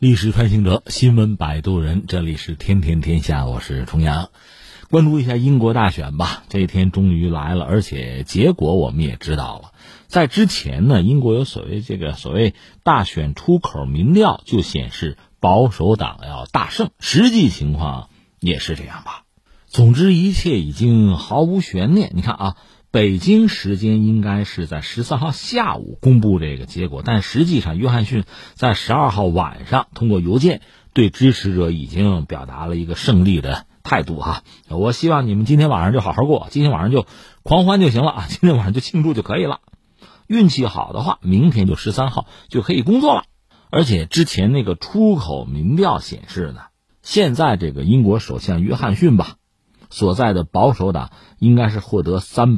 历史穿行者，新闻摆渡人，这里是天天天下，我是重阳。关注一下英国大选吧，这一天终于来了，而且结果我们也知道了。在之前呢，英国有所谓大选出口民调就显示保守党要大胜，实际情况也是这样吧。总之一切已经毫无悬念。你看啊，北京时间应该是在13号下午公布这个结果，但实际上约翰逊在12号晚上通过邮件对支持者已经表达了一个胜利的态度哈。我希望你们今天晚上就好好过，今天晚上就狂欢就行了啊，今天晚上就庆祝就可以了。运气好的话，明天就13号就可以工作了。而且之前那个出口民调显示呢，现在这个英国首相约翰逊吧所在的保守党应该是获得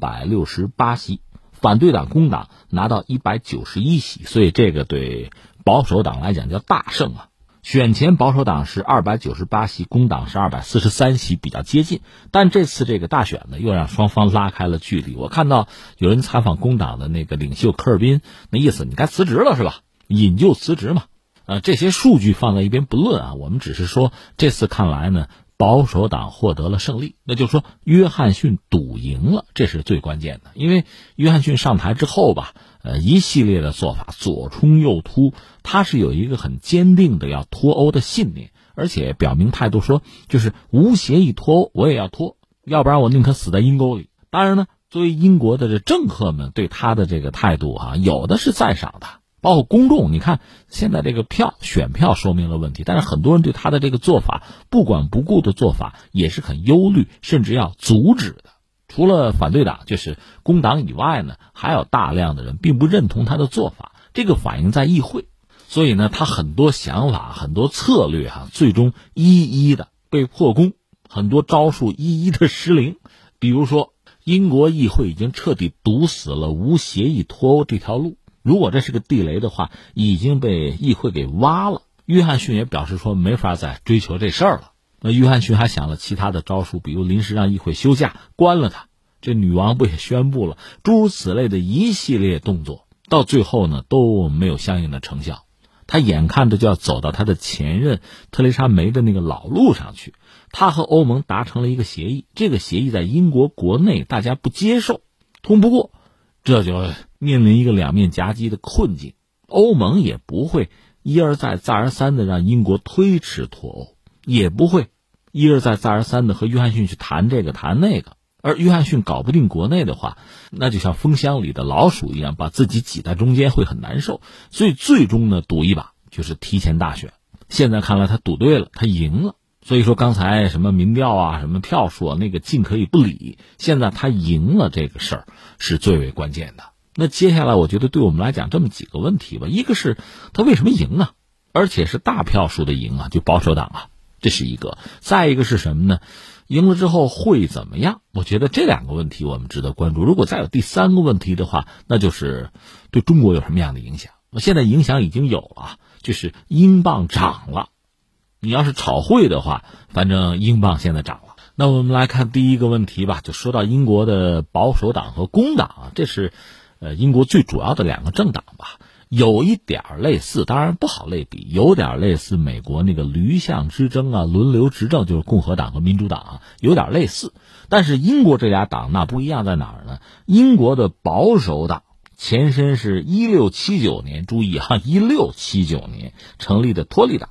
368席，反对党工党拿到191席，所以这个对保守党来讲叫大胜啊。选前保守党是298席，工党是243席，比较接近。但这次这个大选呢，又让双方拉开了距离。我看到有人采访工党的那个领袖科尔宾，那意思你该辞职了是吧？引咎辞职嘛。这些数据放在一边不论啊，我们只是说这次看来呢，保守党获得了胜利，那就是说约翰逊赌赢了，这是最关键的。因为约翰逊上台之后吧，一系列的做法左冲右突，他是有一个很坚定的要脱欧的信念，而且表明态度说，就是无协议脱欧我也要脱，要不然我宁可死在阴沟里。当然呢，作为英国的这政客们对他的这个态度有的是赞赏的。包括公众，你看现在这个选票说明了问题，但是很多人对他的这个做法不管不顾的做法也是很忧虑，甚至要阻止的。除了反对党就是工党以外呢，还有大量的人并不认同他的做法，这个反映在议会。所以呢，他很多想法很多策略最终一一的被破功，很多招数一一的失灵。比如说英国议会已经彻底堵死了无协议脱欧这条路，如果这是个地雷的话，已经被议会给挖了。约翰逊也表示说没法再追求这事儿了。那约翰逊还想了其他的招数，比如临时让议会休假，关了他。这女王不也宣布了，诸如此类的一系列动作，到最后呢都没有相应的成效。他眼看着就要走到他的前任特蕾莎梅的那个老路上去。他和欧盟达成了一个协议，这个协议在英国国内大家不接受，通不过，这就面临一个两面夹击的困境。欧盟也不会一而再再而三的让英国推迟脱欧，也不会一而再再而三的和约翰逊去谈这个谈那个。而约翰逊搞不定国内的话，那就像蜂箱里的老鼠一样，把自己挤在中间会很难受。所以最终呢，赌一把就是提前大选。现在看来他赌对了，他赢了。所以说刚才什么民调什么票数那个尽可以不理，现在他赢了，这个事儿是最为关键的。那接下来我觉得对我们来讲这么几个问题吧，一个是他为什么赢啊，而且是大票数的赢就保守党这是一个。再一个是什么呢？赢了之后会怎么样？我觉得这两个问题我们值得关注。如果再有第三个问题的话，那就是对中国有什么样的影响。现在影响已经有了，就是英镑涨了。你要是炒汇的话，反正英镑现在涨了。那我们来看第一个问题吧，就说到英国的保守党和工党这是英国最主要的两个政党吧。有一点类似，当然不好类比，有点类似美国那个驴象之争轮流执政，就是共和党和民主党有点类似。但是英国这俩党那不一样在哪儿呢？英国的保守党前身是1679年，注意1679年成立的托利党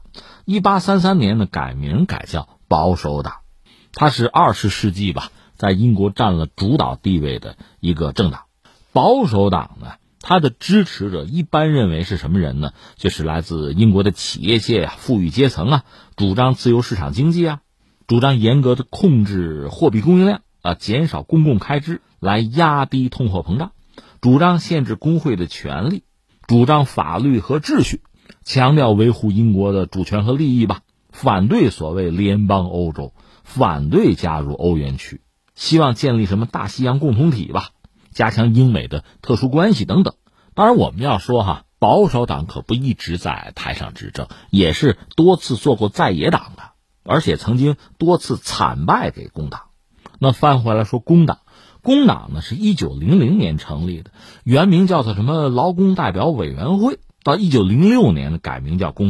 ，1833年呢改名改叫保守党。它是20世纪吧，在英国占了主导地位的一个政党。保守党呢，他的支持者一般认为是什么人呢？就是来自英国的企业界富裕阶层主张自由市场经济主张严格的控制货币供应量减少公共开支来压低通货膨胀，主张限制工会的权利，主张法律和秩序，强调维护英国的主权和利益吧，反对所谓联邦欧洲，反对加入欧元区，希望建立什么大西洋共同体吧，加强英美的特殊关系等等。当然我们要说保守党可不一直在台上执政，也是多次做过在野党的，而且曾经多次惨败给工党。那翻回来说工党呢是1900年成立的，原名叫做什么劳工代表委员会，到1906年改名叫工党。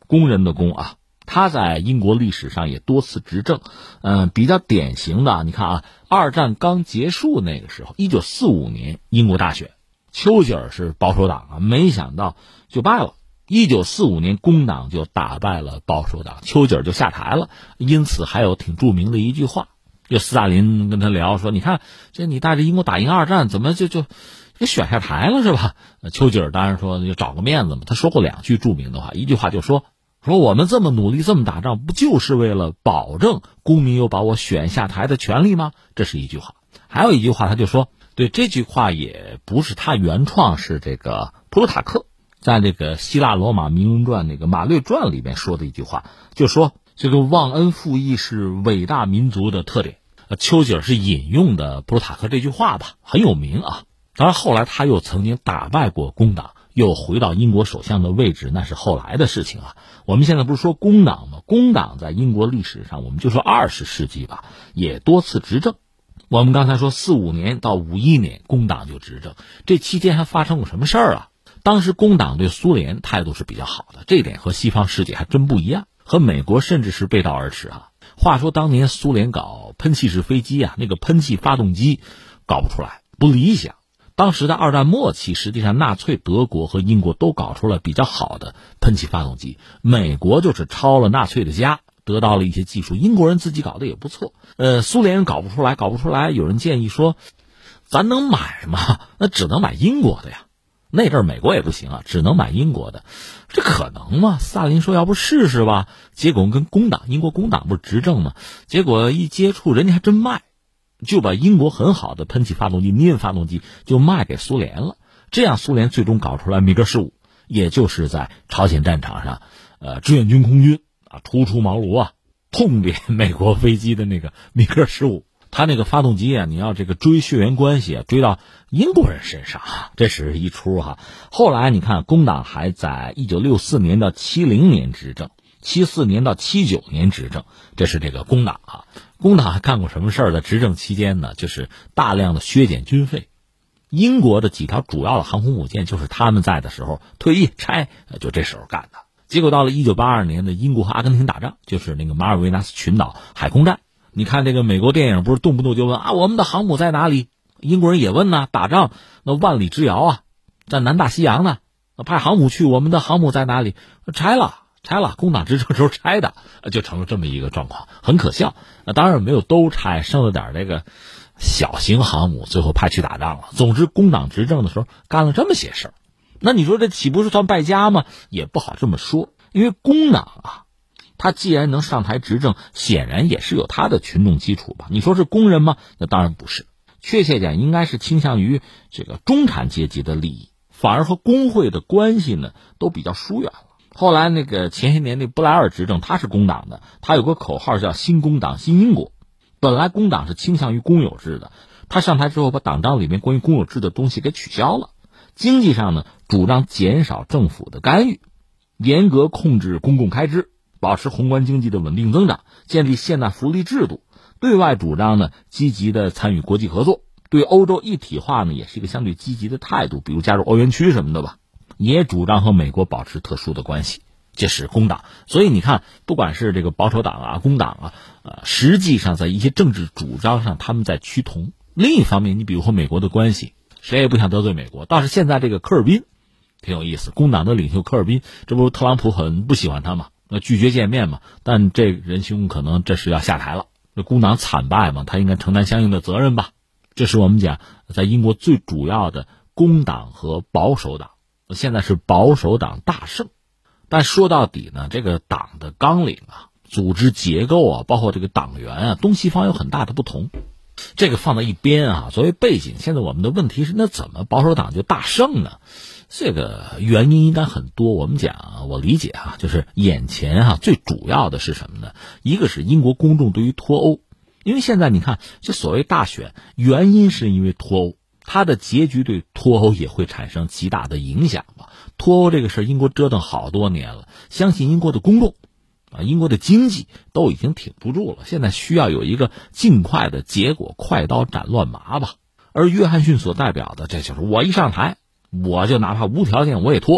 工人的工啊。他在英国历史上也多次执政，比较典型的，你看啊，二战刚结束那个时候，1945年英国大选，丘吉尔是保守党啊，没想到就败了。1945年工党就打败了保守党，丘吉尔就下台了。因此还有挺著名的一句话，就斯大林跟他聊说，你看这你带着英国打赢二战，怎么就给选下台了是吧？丘吉尔当然说就找个面子嘛，他说过2句著名的话，一句话就说我们这么努力这么打仗，不就是为了保证公民有把我选下台的权利吗？这是一句话。还有一句话他就说，对，这句话也不是他原创，是这个普鲁塔克在这个希腊罗马名人传那个马略传里面说的一句话，就说这个忘恩负义是伟大民族的特点。丘吉尔是引用的普鲁塔克这句话吧，很有名啊。当然后来他又曾经打败过工党，又回到英国首相的位置，那是后来的事情啊。我们现在不是说工党吗？工党在英国历史上，我们就说20世纪吧，也多次执政。我们刚才说45年到51年工党就执政，这期间还发生过什么事儿啊？当时工党对苏联态度是比较好的，这点和西方世界还真不一样，和美国甚至是背道而驰啊。话说当年苏联搞喷气式飞机啊，那个喷气发动机搞不出来，不理想。当时的二战末期，实际上纳粹德国和英国都搞出了比较好的喷气发动机，美国就是抄了纳粹的家，得到了一些技术，英国人自己搞的也不错。苏联人搞不出来，有人建议说，咱能买吗？那只能买英国的呀。那阵儿美国也不行啊，只能买英国的，这可能吗？斯大林说要不试试吧，结果跟工党，英国工党不是执政吗？结果一接触，人家还真卖。就把英国很好的喷气发动机、涅发动机就卖给苏联了，这样苏联最终搞出来米格15，也就是在朝鲜战场上，志愿军空军啊初出茅庐啊，痛扁美国飞机的那个米格15，他那个发动机啊，你要这个追血缘关系啊，追到英国人身上，这是一出哈。后来你看，工党还在1964年到70年执政，74年到79年执政，这是这个工党啊。工党还干过什么事儿？在执政期间呢，就是大量的削减军费。英国的几条主要的航空母舰就是他们在的时候退役拆，就这时候干的。结果到了1982年的英国和阿根廷打仗，就是那个马尔维纳斯群岛海空战。你看这个美国电影不是动不动就问啊，我们的航母在哪里？英国人也问呐，打仗那万里之遥啊，在南大西洋呢，派航母去，我们的航母在哪里？拆了，工党执政时候拆的，就成了这么一个状况，很可笑。当然没有都拆，剩了点这个小型航母，最后派去打仗了。总之，工党执政的时候干了这么些事儿，那你说这岂不是算败家吗？也不好这么说，因为工党啊，他既然能上台执政，显然也是有他的群众基础吧？你说是工人吗？那当然不是，确切讲应该是倾向于这个中产阶级的利益，反而和工会的关系呢都比较疏远了。后来那个前些年那布莱尔执政，他是工党的，他有个口号叫新工党新英国。本来工党是倾向于公有制的，他上台之后把党章里面关于公有制的东西给取消了。经济上呢，主张减少政府的干预，严格控制公共开支，保持宏观经济的稳定增长，建立现代福利制度。对外主张呢，积极的参与国际合作，对欧洲一体化呢也是一个相对积极的态度，比如加入欧元区什么的吧。也主张和美国保持特殊的关系，这是工党。所以你看，不管是这个保守党啊、工党啊，实际上在一些政治主张上他们在趋同。另一方面，你比如和美国的关系，谁也不想得罪美国。倒是现在这个科尔宾挺有意思，工党的领袖科尔宾，这不是特朗普很不喜欢他嘛，拒绝见面嘛，但这仁兄可能这是要下台了。这工党惨败嘛，他应该承担相应的责任吧。这是我们讲在英国最主要的工党和保守党。现在是保守党大胜，但说到底呢，这个党的纲领啊、组织结构啊，包括这个党员啊，东西方有很大的不同。这个放在一边啊，作为背景，现在我们的问题是，那怎么保守党就大胜呢？这个原因应该很多。我们讲，我理解啊，就是眼前啊，最主要的是什么呢？一个是英国公众对于脱欧，因为现在你看，这所谓大选，原因是因为脱欧。它的结局对脱欧也会产生极大的影响吧。脱欧这个事儿，英国折腾好多年了，相信英国的公众啊，英国的经济都已经挺不住了，现在需要有一个尽快的结果，快刀斩乱麻吧。而约翰逊所代表的，这就是我一上台，我就哪怕无条件我也脱。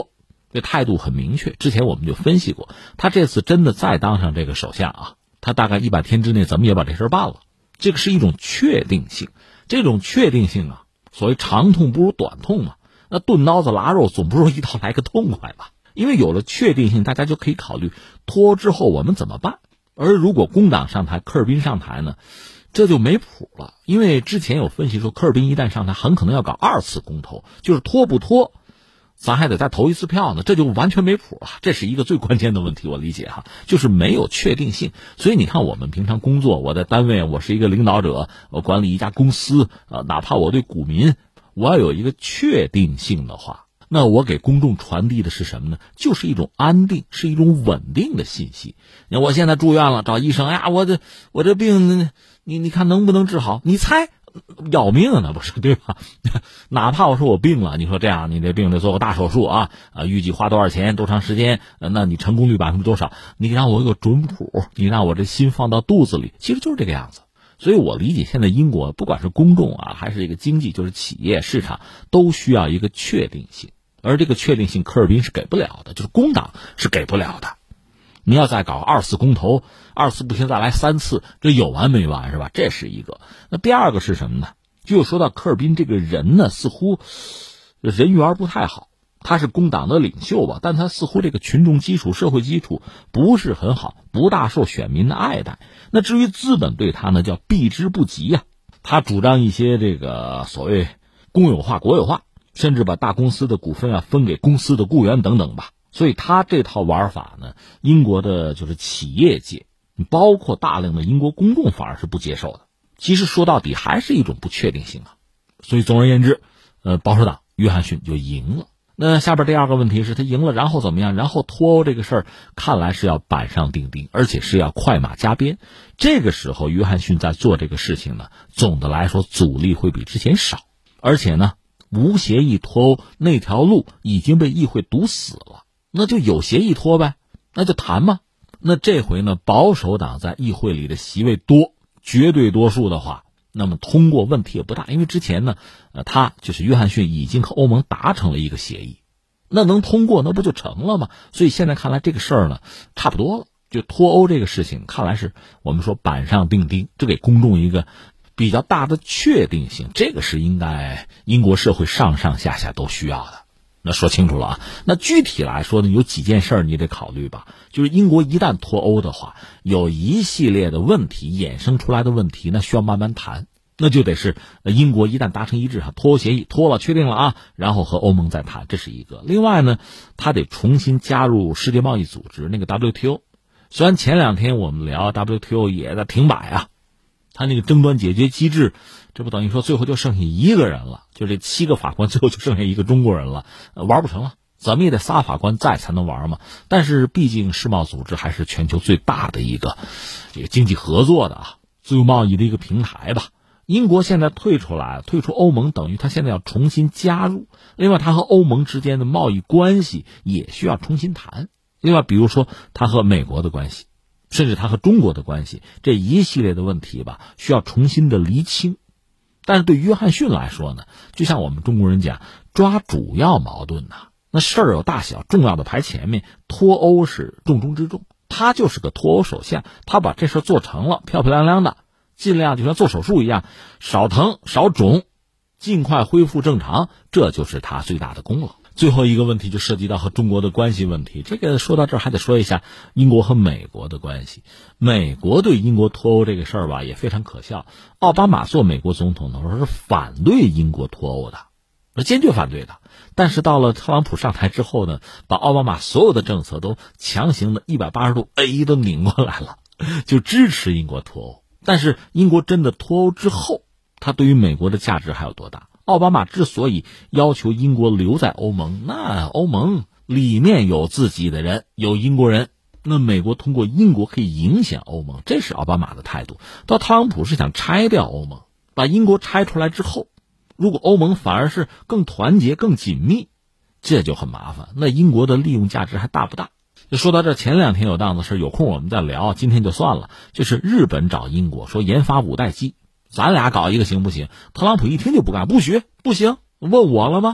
这态度很明确。之前我们就分析过，他这次真的再当上这个首相啊，他大概100天之内怎么也把这事办了。这个是一种确定性，这种确定性啊，所谓长痛不如短痛嘛。那钝刀子剌肉总不如一刀来个痛快吧？因为有了确定性，大家就可以考虑脱欧之后我们怎么办。而如果工党上台，科尔宾上台呢，这就没谱了。因为之前有分析说，科尔宾一旦上台，很可能要搞2次公投，就是脱不脱，咱还得再投1次票呢，这就完全没谱了。这是一个最关键的问题，我理解哈，就是没有确定性。所以你看，我们平常工作，我在单位，我是一个领导者，我管理一家公司，哪怕我对股民，我要有一个确定性的话，那我给公众传递的是什么呢？就是一种安定，是一种稳定的信息。我现在住院了，找医生，哎呀，我这病，你看能不能治好？你猜，要命呢，不是对吧？哪怕我说我病了，你说这样，你这病得做个大手术啊，预计花多少钱，多长时间？那你成功率多少？你让我有个准谱，你让我这心放到肚子里，其实就是这个样子。所以我理解现在英国不管是公众啊，还是一个经济，就是企业市场，都需要一个确定性。而这个确定性，科尔宾是给不了的，就是工党是给不了的。你要再搞2次公投，2次不行再来3次，这有完没完是吧？这是一个。那第二个是什么呢？就说到科尔宾这个人呢，似乎人缘不太好。他是工党的领袖吧，但他似乎这个群众基础、社会基础不是很好，不大受选民的爱戴。那至于资本对他呢，叫避之不及啊。他主张一些这个所谓公有化、国有化，甚至把大公司的股份啊分给公司的雇员等等吧。所以他这套玩法呢，英国的就是企业界，包括大量的英国公众反而是不接受的。其实说到底还是一种不确定性啊。所以总而言之，保守党约翰逊就赢了。那下边第二个问题是他赢了，然后怎么样？然后脱欧这个事儿看来是要板上钉钉，而且是要快马加鞭。这个时候约翰逊在做这个事情呢，总的来说阻力会比之前少，而且呢，无协议脱欧那条路已经被议会堵死了，那就有协议脱呗，那就谈嘛。那这回呢，保守党在议会里的席位多，绝对多数的话，那么通过问题也不大，因为之前呢，他就是约翰逊已经和欧盟达成了一个协议，那能通过那不就成了吗？所以现在看来这个事儿呢，差不多了，就脱欧这个事情看来是我们说板上钉钉，这给公众一个比较大的确定性，这个是应该英国社会上上下下都需要的。那说清楚了啊，那具体来说呢，有几件事你得考虑吧。就是英国一旦脱欧的话，有一系列的问题衍生出来的问题，那需要慢慢谈。那就得是英国一旦达成一致，脱欧协议脱了，确定了啊，然后和欧盟再谈，这是一个。另外呢，他得重新加入世界贸易组织那个 WTO。虽然前2天我们聊 WTO 也在停摆啊，他那个争端解决机制，这不等于说最后就剩下1个人了，就这7个法官最后就剩下1个中国人了，玩不成了，怎么也得仨法官在才能玩嘛。但是毕竟世贸组织还是全球最大的一个这个经济合作的啊，自由贸易的一个平台吧。英国现在退出欧盟，等于他现在要重新加入。另外，他和欧盟之间的贸易关系也需要重新谈。另外，比如说他和美国的关系，甚至他和中国的关系，这一系列的问题吧，需要重新的厘清。但是对约翰逊来说呢，就像我们中国人讲，抓主要矛盾呐，那事儿有大小，重要的排前面，脱欧是重中之重。他就是个脱欧首相，他把这事做成了，漂漂亮亮的。尽量就像做手术一样，少疼少肿，尽快恢复正常，这就是他最大的功劳。最后一个问题就涉及到和中国的关系问题，这个说到这儿还得说一下英国和美国的关系。美国对英国脱欧这个事儿吧也非常可笑，奥巴马做美国总统的时候是反对英国脱欧的，坚决反对的。但是到了特朗普上台之后呢，把奥巴马所有的政策都强行的180度都拧过来了，就支持英国脱欧。但是英国真的脱欧之后，它对于美国的价值还有多大？奥巴马之所以要求英国留在欧盟，那欧盟里面有自己的人，有英国人，那美国通过英国可以影响欧盟，这是奥巴马的态度。到特朗普是想拆掉欧盟，把英国拆出来之后，如果欧盟反而是更团结更紧密，这就很麻烦，那英国的利用价值还大不大？就说到这，前2天有档子事，有空我们再聊，今天就算了。就是日本找英国说研发5代机，咱俩搞一个行不行？特朗普一听就不干，不许不行，问我了吗？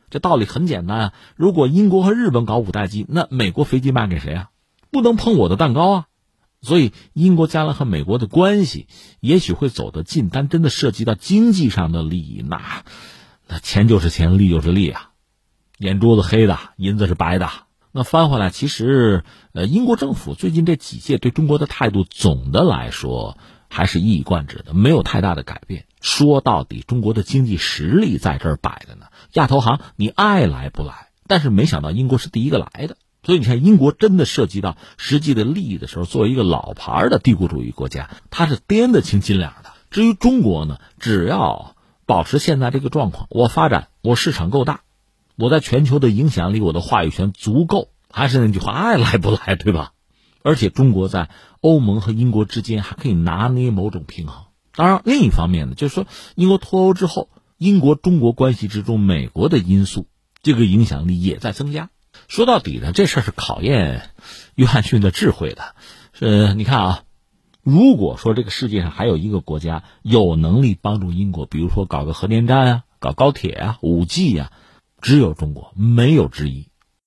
这道理很简单啊，如果英国和日本搞五代机，那美国飞机卖给谁啊？不能碰我的蛋糕啊！所以英国将来和美国的关系也许会走得近，但真的涉及到经济上的利益，那钱就是钱，利就是利啊，眼珠子黑的，银子是白的。那翻回来，其实英国政府最近这几届对中国的态度总的来说还是一以贯之的，没有太大的改变。说到底，中国的经济实力在这儿摆着呢，亚投行你爱来不来？但是没想到英国是第一个来的。所以你看，英国真的涉及到实际的利益的时候，作为一个老牌的帝国主义国家，它是掂得清斤两的。至于中国呢，只要保持现在这个状况，我发展，我市场够大，我在全球的影响力，我的话语权足够，还是那句话，爱来不来，对吧？而且中国在欧盟和英国之间还可以拿捏某种平衡。当然，另一方面呢，就是说英国脱欧之后，英国中国关系之中美国的因素，这个影响力也在增加。说到底呢，这事儿是考验约翰逊的智慧的。你看啊，如果说这个世界上还有一个国家有能力帮助英国，比如说搞个核电站啊，搞高铁啊，5G 啊，只有中国，没有之一。